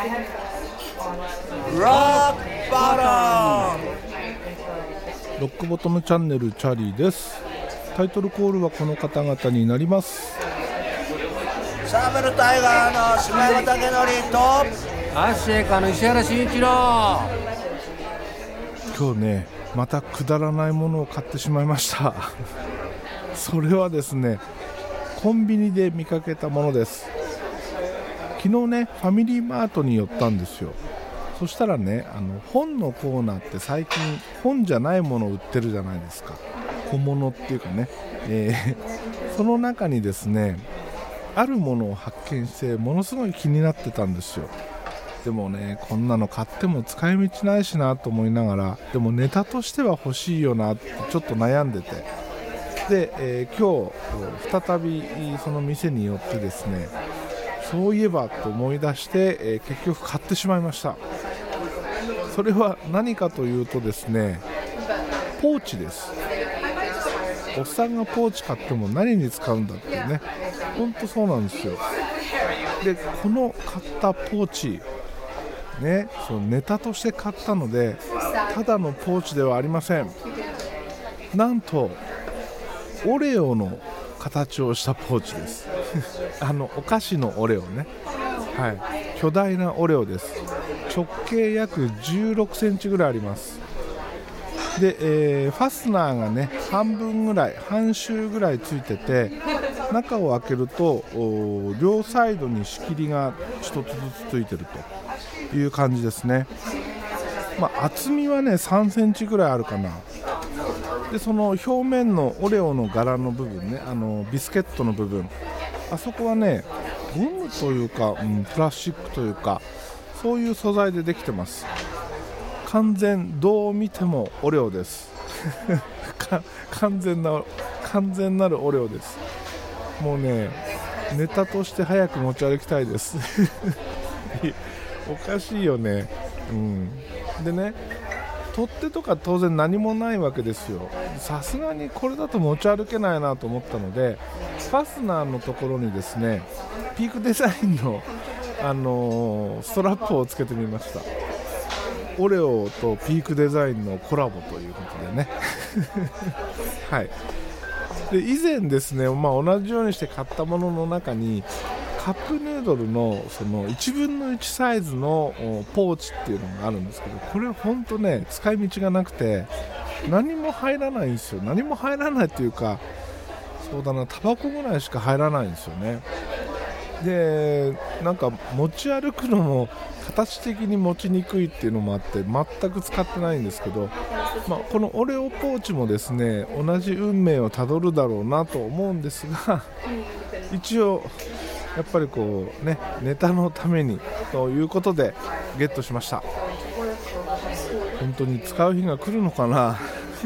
ロックボトム。 ロックボトムチャンネルチャーリーです。タイトルコールはこの方々になります。 サーベルタイガーの島山武則とアッシェイカーの石原慎一郎。 今日ね、またくだらないものを買ってしまいましたそれはですね、コンビニで見かけたものです。昨日ね、ファミリーマートに寄ったんですよ。そしたらね、本のコーナーって最近本じゃないものを売ってるじゃないですか。小物っていうかね、その中にですね、あるものを発見してものすごい気になってたんですよ。でもね、こんなの買っても使い道ないしなと思いながら、でもネタとしては欲しいよなってちょっと悩んでて、で、今日再びその店に寄ってですね、そういえばと思い出して、結局買ってしまいました。それは何かというとですね、ポーチです。おっさんがポーチ買っても何に使うんだっていうね、ほんとそうなんですよ。で、この買ったポーチね、そのネタとして買ったので、ただのポーチではありません。なんとオレオの形をしたポーチですお菓子のオレオね、はい、巨大なオレオです。直径約16センチぐらいあります。で、ファスナーがね、半分ぐらい、半周ぐらいついてて、中を開けると両サイドに仕切りが一つずつついてるという感じですね。厚みはね3センチぐらいあるかな。で、その表面のオレオの柄の部分ね、ビスケットの部分、あそこはね、ゴムというか、プラスチックというか、そういう素材でできてます。完全、どう見てもオレオです完全なるオレオです。もうね、ネタとして早く持ち歩きたいですおかしいよね。でね、取っ手とか当然何もないわけですよ。さすがにこれだと持ち歩けないなと思ったので、ファスナーのところにですね、ピークデザインの、ストラップをつけてみました。オレオとピークデザインのコラボということでねはい。で、以前ですね、同じようにして買ったものの中にカップヌードルのその1分の1サイズのポーチっていうのがあるんですけど、これほんとね、使い道がなくて何も入らないんですよ。何も入らないっていうか、そうだな、タバコぐらいしか入らないんですよね。で、なんか持ち歩くのも形的に持ちにくいっていうのもあって全く使ってないんですけど、このオレオポーチもですね、同じ運命をたどるだろうなと思うんですが、一応やっぱりこうね、ネタのためにということでゲットしました。本当に使う日が来るのかな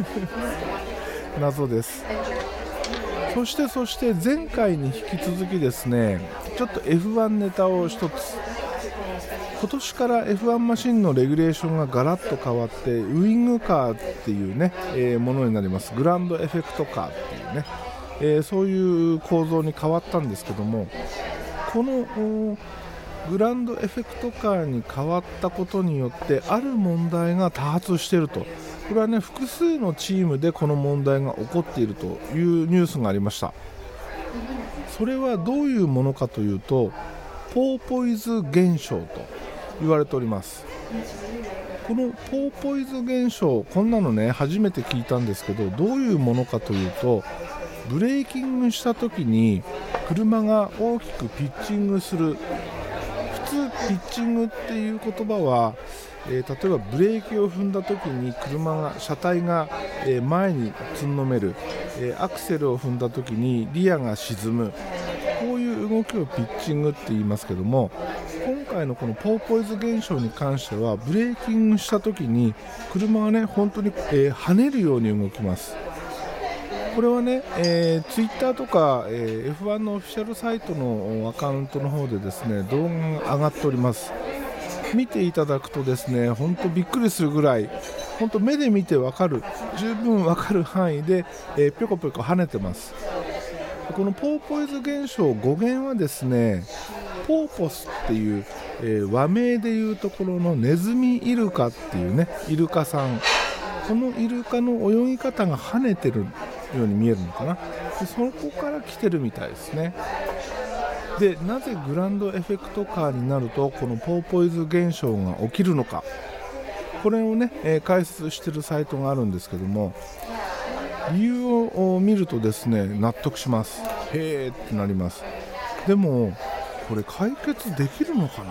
謎です。そして前回に引き続きですね、ちょっと F1 ネタを一つ。今年から F1 マシンのレギュレーションがガラッと変わって、ウィングカーっていうね、ものになります。グランドエフェクトカーっていうね、そういう構造に変わったんですけども、このグランドエフェクトカーに変わったことによってある問題が多発していると。これはね、複数のチームでこの問題が起こっているというニュースがありました。それはどういうものかというと、ポーポイズ現象と言われております。このポーポイズ現象、こんなのね、初めて聞いたんですけど、どういうものかというと、ブレーキングした時に車が大きくピッチングする。普通ピッチングっていう言葉は、例えばブレーキを踏んだ時に車体が前につんのめる、アクセルを踏んだ時にリアが沈む、こういう動きをピッチングって言いますけども、今回のこのポーポイズ現象に関しては、ブレーキングした時に車はね、本当に跳ねるように動きます。これはね、ツイッターとか、F1 のオフィシャルサイトのアカウントの方でですね、動画が上がっております。見ていただくとですね、本当びっくりするぐらい、本当目で見てわかる、十分わかる範囲で、ぴょこぴょこ跳ねてます。このポーポイズ現象、語源はですね、 ポーポスっていう、和名でいうところのネズミイルカっていうねイルカさん、このイルカの泳ぎ方が跳ねてるように見えるのかな。でそこから来てるみたいですね。でなぜグランドエフェクトカーになるとこのポーポイズ現象が起きるのか、これをね、解説しているサイトがあるんですけども、理由を見るとですね納得します。へーってなります。でもこれ解決できるのかな。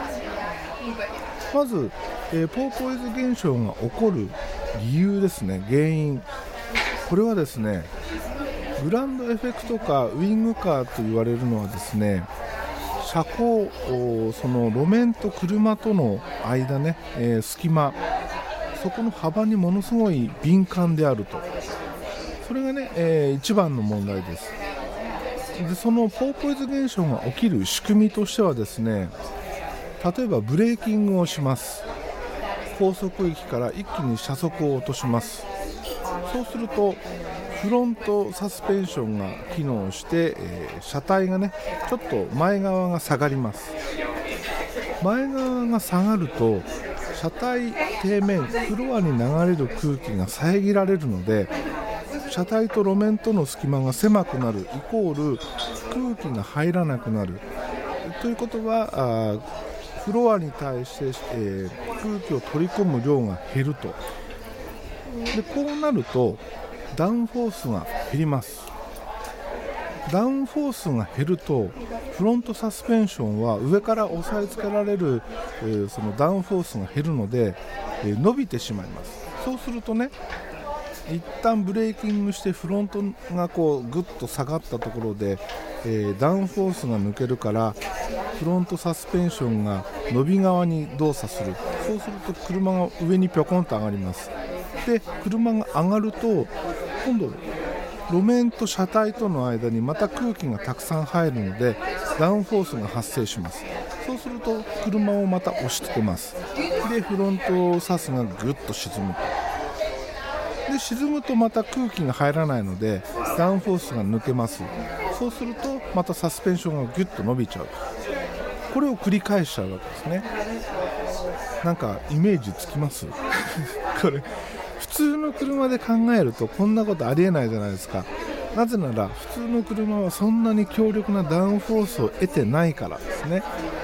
まず、ポーポイズ現象が起こる理由ですね、原因。これはですねグランドエフェクトカー、ウィングカーと言われるのはですね、車高、その路面と車との間ね、隙間、そこの幅にものすごい敏感であると。それがね、一番の問題です。でそのポーポイズ現象が起きる仕組みとしてはですね、例えばブレーキングをします。高速域から一気に車速を落とします。そうするとフロントサスペンションが機能して、車体がねちょっと前側が下がります。前側が下がると車体底面フロアに流れる空気が遮られるので、車体と路面との隙間が狭くなるイコール空気が入らなくなるということは、フロアに対して、空気を取り込む量が減ると。でこうなるとダウンフォースが減ります。ダウンフォースが減るとフロントサスペンションは上から押さえつけられる、そのダウンフォースが減るので、伸びてしまいます。そうするとね、一旦ブレーキングしてフロントがこうグッと下がったところで、ダウンフォースが抜けるからフロントサスペンションが伸び側に動作する。そうすると車が上にぴょこんと上がります。で車が上がると今度路面と車体との間にまた空気がたくさん入るのでダウンフォースが発生します。そうすると車をまた押し付けます。でフロントサスがぐっと沈むと。で沈むとまた空気が入らないのでダウンフォースが抜けます。そうするとまたサスペンションがギュッと伸びちゃう。これを繰り返しちゃうわけですね。なんかイメージつきますこれ普通の車で考えるとこんなことありえないじゃないですか。なぜなら普通の車はそんなに強力なダウンフォースを得てないからですね。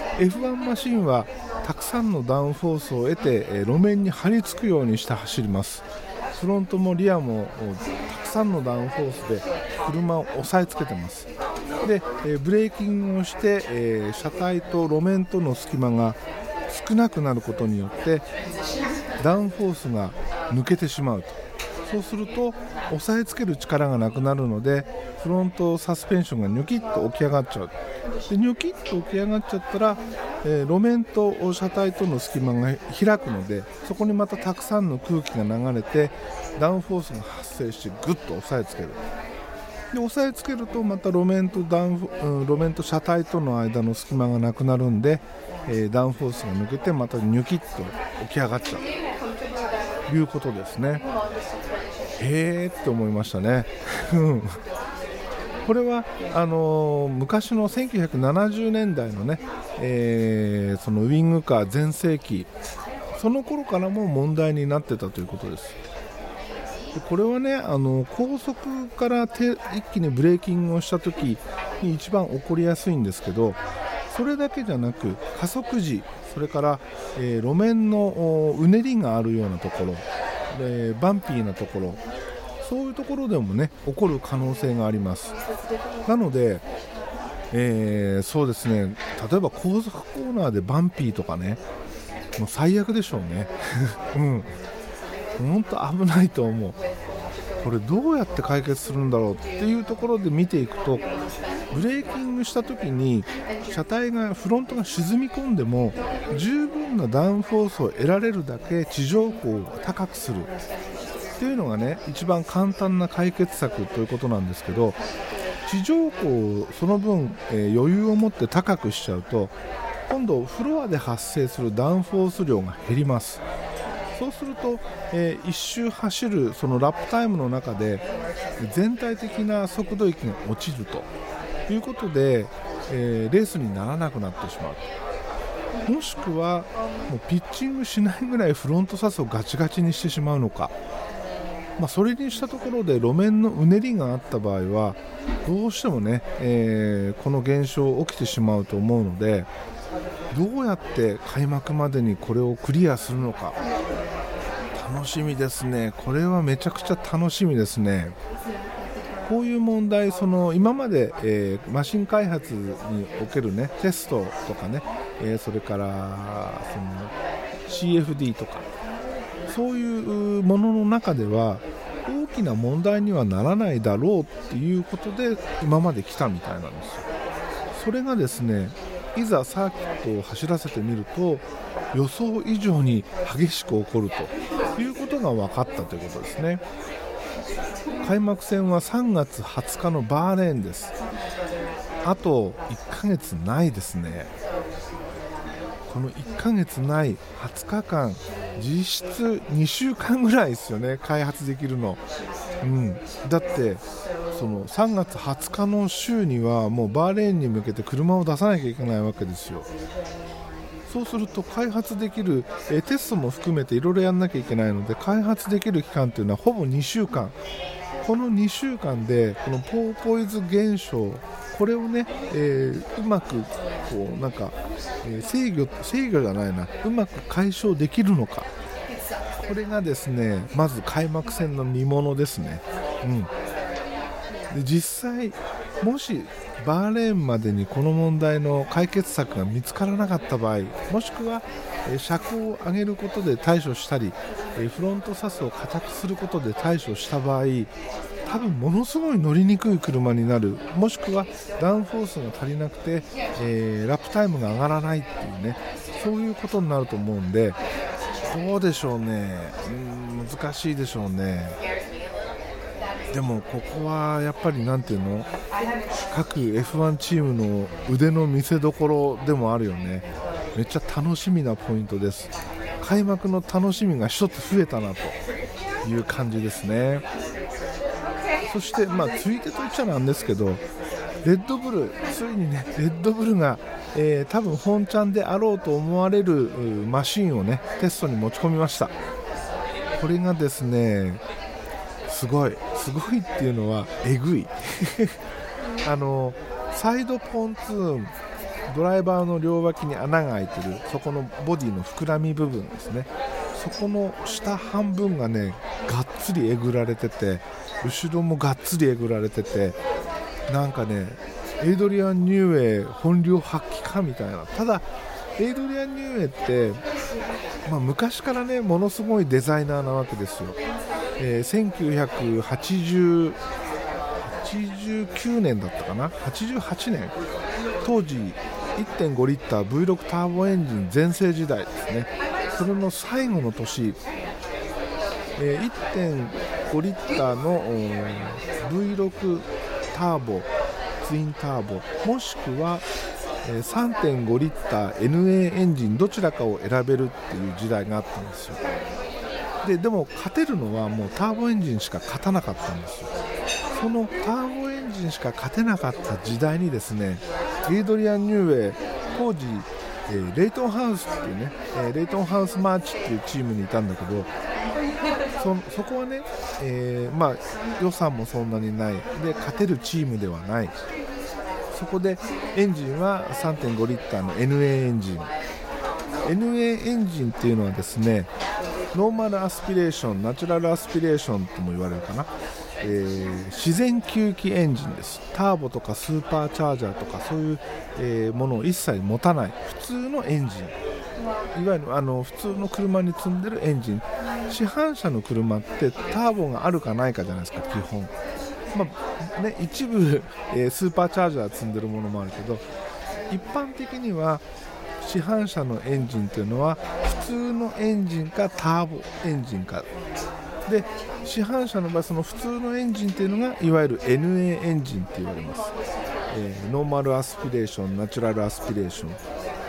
F1 マシンはたくさんのダウンフォースを得て、路面に張り付くようにして走ります。フロントもリアもたくさんのダウンフォースで車を押さえつけてます。で、ブレーキングをして、車体と路面との隙間が少なくなることによってダウンフォースが抜けてしまうと。そうすると押さえつける力がなくなるのでフロントサスペンションがニョキッと起き上がっちゃう。でニョキッと起き上がっちゃったら、路面と車体との隙間が開くのでそこにまたたくさんの空気が流れてダウンフォースが発生してグッと押さえつける。で押さえつけるとまた路面と車体との間の隙間がなくなるんで、ダウンフォースが抜けてまたニョキッと起き上がっちゃうということですね。へーって思いましたねこれは昔の1970年代のね、そのウィングカー全盛期、その頃からも問題になってたということです。でこれはね高速から一気にブレーキングをした時に一番起こりやすいんですけど、それだけじゃなく加速時、それから、路面のうねりがあるようなところ、バンピーなところ、そういうところでもね起こる可能性があります。なので、そうですね、例えば高速コーナーでバンピーとかね、もう最悪でしょうね本当危ないと思う。これどうやって解決するんだろうっていうところで見ていくと、ブレーキングした時に車体がフロントが沈み込んでも十分なダウンフォースを得られるだけ地上高を高くするっていうのがね一番簡単な解決策ということなんですけど、地上高をその分、余裕を持って高くしちゃうと今度フロアで発生するダウンフォース量が減ります。そうすると、一周走るそのラップタイムの中で全体的な速度域が落ちるということで、 レースにならなくなってしまう、もしくはもうピッチングしないぐらいフロントサスをガチガチにしてしまうのか、それにしたところで路面のうねりがあった場合はどうしてもね、この現象起きてしまうと思うので、どうやって開幕までにこれをクリアするのか楽しみですね。これはめちゃくちゃ楽しみですね。こういう問題、今まで、マシン開発における、ね、テストとかね、それからCFD とかそういうものの中では大きな問題にはならないだろうっていうことで今まで来たみたいなんですよ。それがですね、いざサーキットを走らせてみると予想以上に激しく起こるということが分かったということですね。開幕戦は3月20日のバーレーンです。あと1ヶ月ないですね。この1ヶ月ない20日間、実質2週間ぐらいですよね、開発できるの、だって3月20日の週にはもうバーレーンに向けて車を出さなきゃいけないわけですよ。そうすると開発できる、テストも含めていろいろやんなきゃいけないので、開発できる期間というのはほぼ2週間。この2週間でこのポーポイズ現象、これをね、うまく制御じゃないな、うまく解消できるのか、これがですね、まず開幕戦の見ものですね。で実際もしバーレーンまでにこの問題の解決策が見つからなかった場合、もしくは車高を上げることで対処したり、フロントサスを固くすることで対処した場合、多分ものすごい乗りにくい車になる、もしくはダウンフォースが足りなくて、ラップタイムが上がらないっていうね、そういうことになると思うんで、どうでしょうね、難しいでしょうね。でもここはやっぱりなんていうの、各 F1 チームの腕の見せ所でもあるよね。めっちゃ楽しみなポイントです。開幕の楽しみが一つ増えたなという感じですね。そしてついてと言っちゃなんですけど、レッドブル、ついにね、レッドブルが、多分本ちゃんであろうと思われるマシンをね、テストに持ち込みました。これがですね、すごいっていうのはえぐいサイドポンツーン、ドライバーの両脇に穴が開いてる、そこのボディの膨らみ部分ですね、そこの下半分がね、がっつりえぐられてて、後ろもがっつりえぐられてて、なんかね、エイドリアン・ニューウェイ本領発揮かみたいな。ただエイドリアン・ニューウェイって、昔からね、ものすごいデザイナーなわけですよ。1989年だったかな、88年、当時 1.5 リッター V6 ターボエンジン全盛時代ですね。それの最後の年、1.5 リッターの V6 ターボツインターボ、もしくは 3.5 リッター NA エンジン、どちらかを選べるっていう時代があったんですよ。でも勝てるのはもうターボエンジンしか勝たなかったんですよ。そのターボエンジンしか勝てなかった時代にですね、エイドリアン・ニューウェイ、当時、レイトンハウスっていうね、レイトンハウスマーチっていうチームにいたんだけど、そこはね、予算もそんなにないで、勝てるチームではない。そこでエンジンは 3.5 リッターの NA エンジン。NA エンジンっていうのはですね、ノーマルアスピレーション、ナチュラルアスピレーションとも言われるかな、自然吸気エンジンです。ターボとかスーパーチャージャーとかそういう、ものを一切持たない普通のエンジン、いわゆる普通の車に積んでるエンジン。市販車の車ってターボがあるかないかじゃないですか、基本。一部、スーパーチャージャー積んでるものもあるけど、一般的には市販車のエンジンというのは普通のエンジンかターボエンジンかで、市販車の場合その普通のエンジンというのがいわゆる NA エンジンと言われます。ノーマルアスピレーション、ナチュラルアスピレーション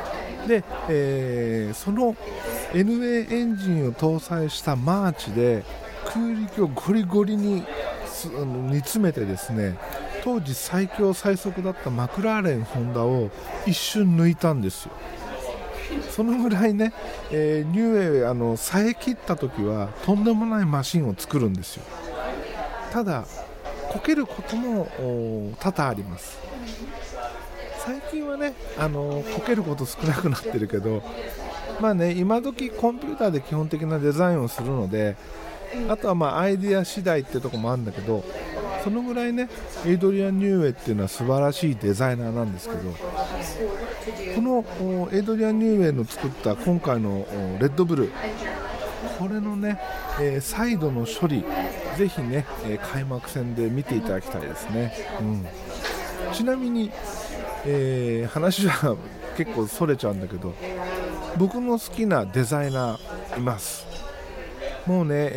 で、その NA エンジンを搭載したマーチで空力をゴリゴリに煮詰めてですね、 当時最強最速だったマクラーレンホンダを一瞬抜いたんですよ。そのぐらいね、ニューウェイ冴え切った時はとんでもないマシンを作るんですよ。ただこけることも多々あります。最近はねこけること少なくなってるけど、まあね、今時コンピューターで基本的なデザインをするので、あとはまあアイデア次第っていうところもあるんだけど、そのぐらいねエイドリアン・ニューウェイっていうのは素晴らしいデザイナーなんですけど、このエイドリアン・ニューウェイの作った今回のレッドブル、これのね、サイドの処理、ぜひね、開幕戦で見ていただきたいですね。ちなみに、話は結構それちゃうんだけど、僕の好きなデザイナーいます。もうね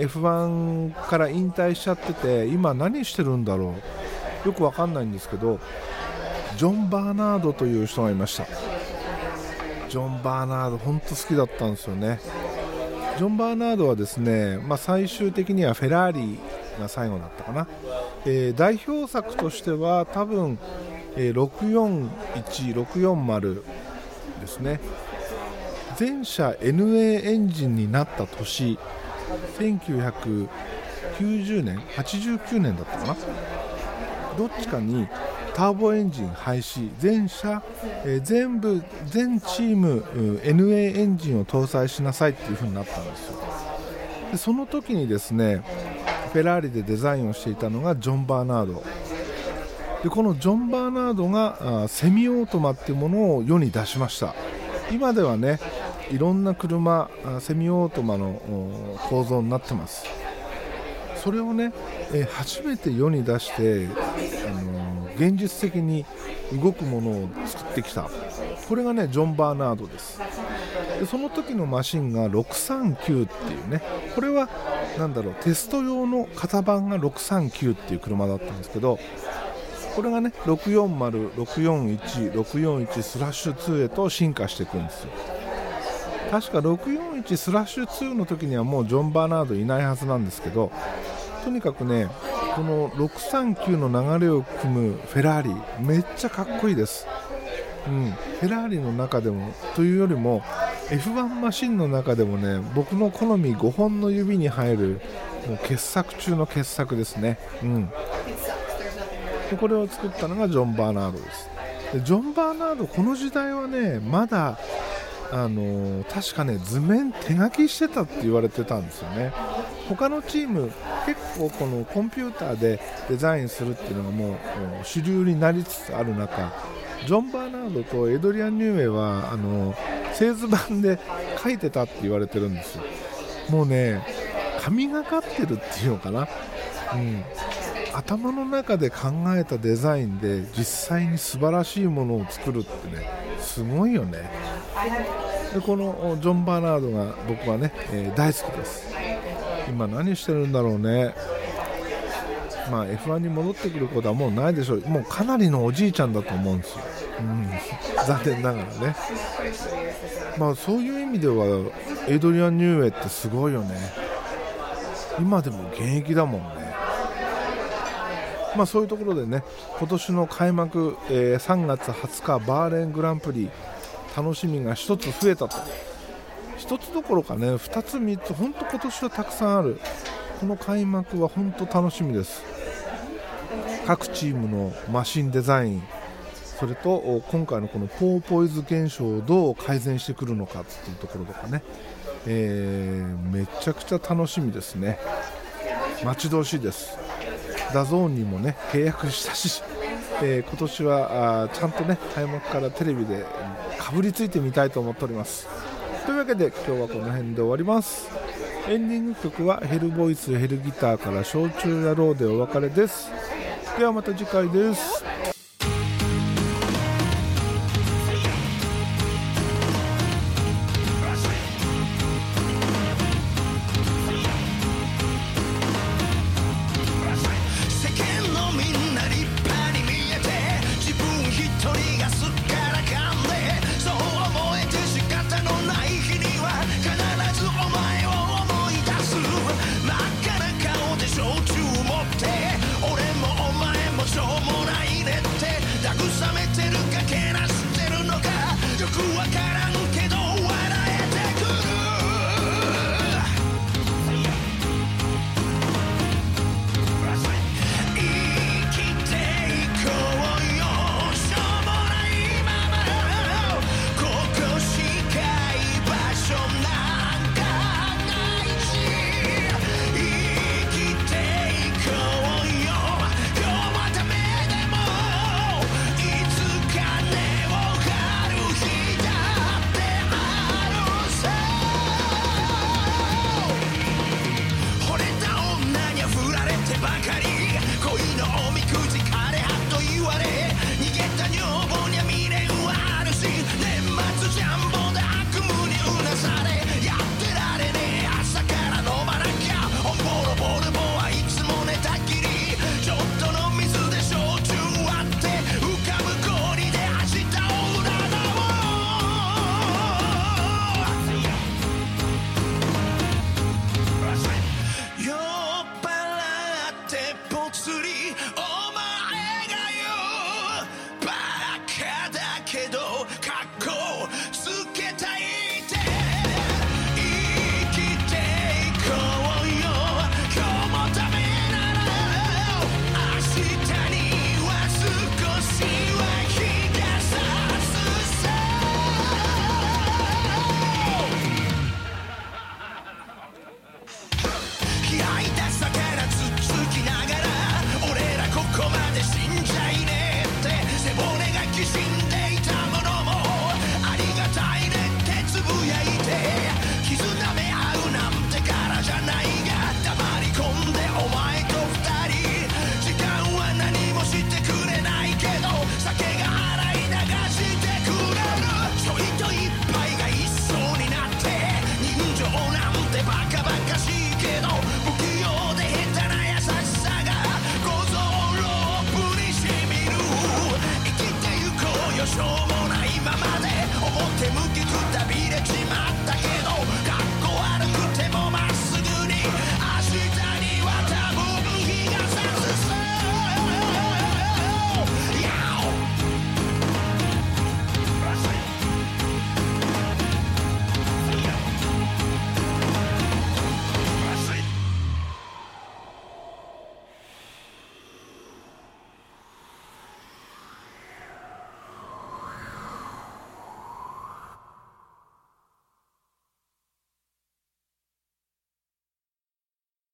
F1 から引退しちゃってて、今何してるんだろう、よくわかんないんですけど、ジョン・バーナードという人がいました。ジョン・バーナード本当好きだったんですよね。ジョン・バーナードはですね、最終的にはフェラーリが最後だったかな。代表作としては多分、641、640ですね。全車 NA エンジンになった年、1990年、89年だったかな。どっちかにターボエンジン廃止、全車、全チーム NA エンジンを搭載しなさいっていう風になったんですよ。でその時にですね、フェラーリでデザインをしていたのがジョン・バーナードで、このジョン・バーナードがセミオートマっていうものを世に出しました。今ではね、いろんな車セミオートマの構造になってます。それをね、初めて世に出して現実的に動くものを作ってきた、これがねジョン・バーナードです。でその時のマシンが639っていうね、これはテスト用の型番が639っていう車だったんですけど、これがね640、641、641スラッシュ2へと進化していくんですよ。確か641スラッシュ2の時にはもうジョン・バーナードいないはずなんですけど、とにかくねこの639の流れを組むフェラーリめっちゃかっこいいです。フェラーリの中でもというよりも F1 マシンの中でもね、僕の好み5本の指に入るもう傑作中の傑作ですね。でこれを作ったのがジョン・バーナードです。でジョン・バーナードこの時代はねまだ確かね図面手書きしてたって言われてたんですよね。他のチーム結構このコンピューターでデザインするっていうのがもう主流になりつつある中、ジョン・バーナードとエドリアン・ニューウェイは製図板で書いてたって言われてるんですよ。もうね神がかってるっていうのかな、頭の中で考えたデザインで実際に素晴らしいものを作るってねすごいよね。でこのジョン・バーナードが僕はね、大好きです。今何してるんだろうね。F1 に戻ってくることはもうないでしょう。もうかなりのおじいちゃんだと思うんですよ。残念ながらね。そういう意味ではエイドリアン・ニューウェイってすごいよね。今でも現役だもんね。そういうところでね、今年の開幕、3月20日バーレーングランプリ楽しみが1つ増えたと。1つどころかね2つ3つ、本当今年はたくさんある。この開幕は本当楽しみです。各チームのマシンデザイン、それと今回のこのポーポイズ現象をどう改善してくるのかっていうところとかね、めちゃくちゃ楽しみですね。待ち遠しいです。ダゾーンにもね契約したし、今年はちゃんとね開幕からテレビでかぶりついてみたいと思っております。というわけで今日はこの辺で終わります。エンディング曲はヘルボイスヘルギターから焼酎野郎でお別れです。ではまた次回です。 俺もお前もしょうもないからんけど笑えてくる生きていこうよしょうもないままここしか居場所なんかないし生きていこうよ今日はダメでもいつか根を張る日だってあるさ惚れた女には振られてばかり恋のおみくじ枯れ葉と言われ逃げた女房には未練はあるし年末ジャンボで悪夢にうなされやってられねえ朝から飲まなきゃオンボロボルボはいつも寝たきりちょっとの水で焼酎割って浮かぶ氷で明日を占おう酔っ払ってぽつりお前がよバカだけどかっこつけたいって生きていこうよ今日もダメなら明日には少しは日が差すさ開いた魚つっつきながら俺らここまで死んじゃいねえって背骨がきしんでいたものもありがたいねってつぶやいて傷舐め合うなんてからじゃないが黙り込んでお前と二人時間は何もしてくれないけど酒が洗い流してくれるちょいと一杯が一層になって人情なんてバカバカしいけど不器用で下手な優しさが小僧ロープにしみる生きてゆこうよしょうもないままで表向きくたびれちまったけど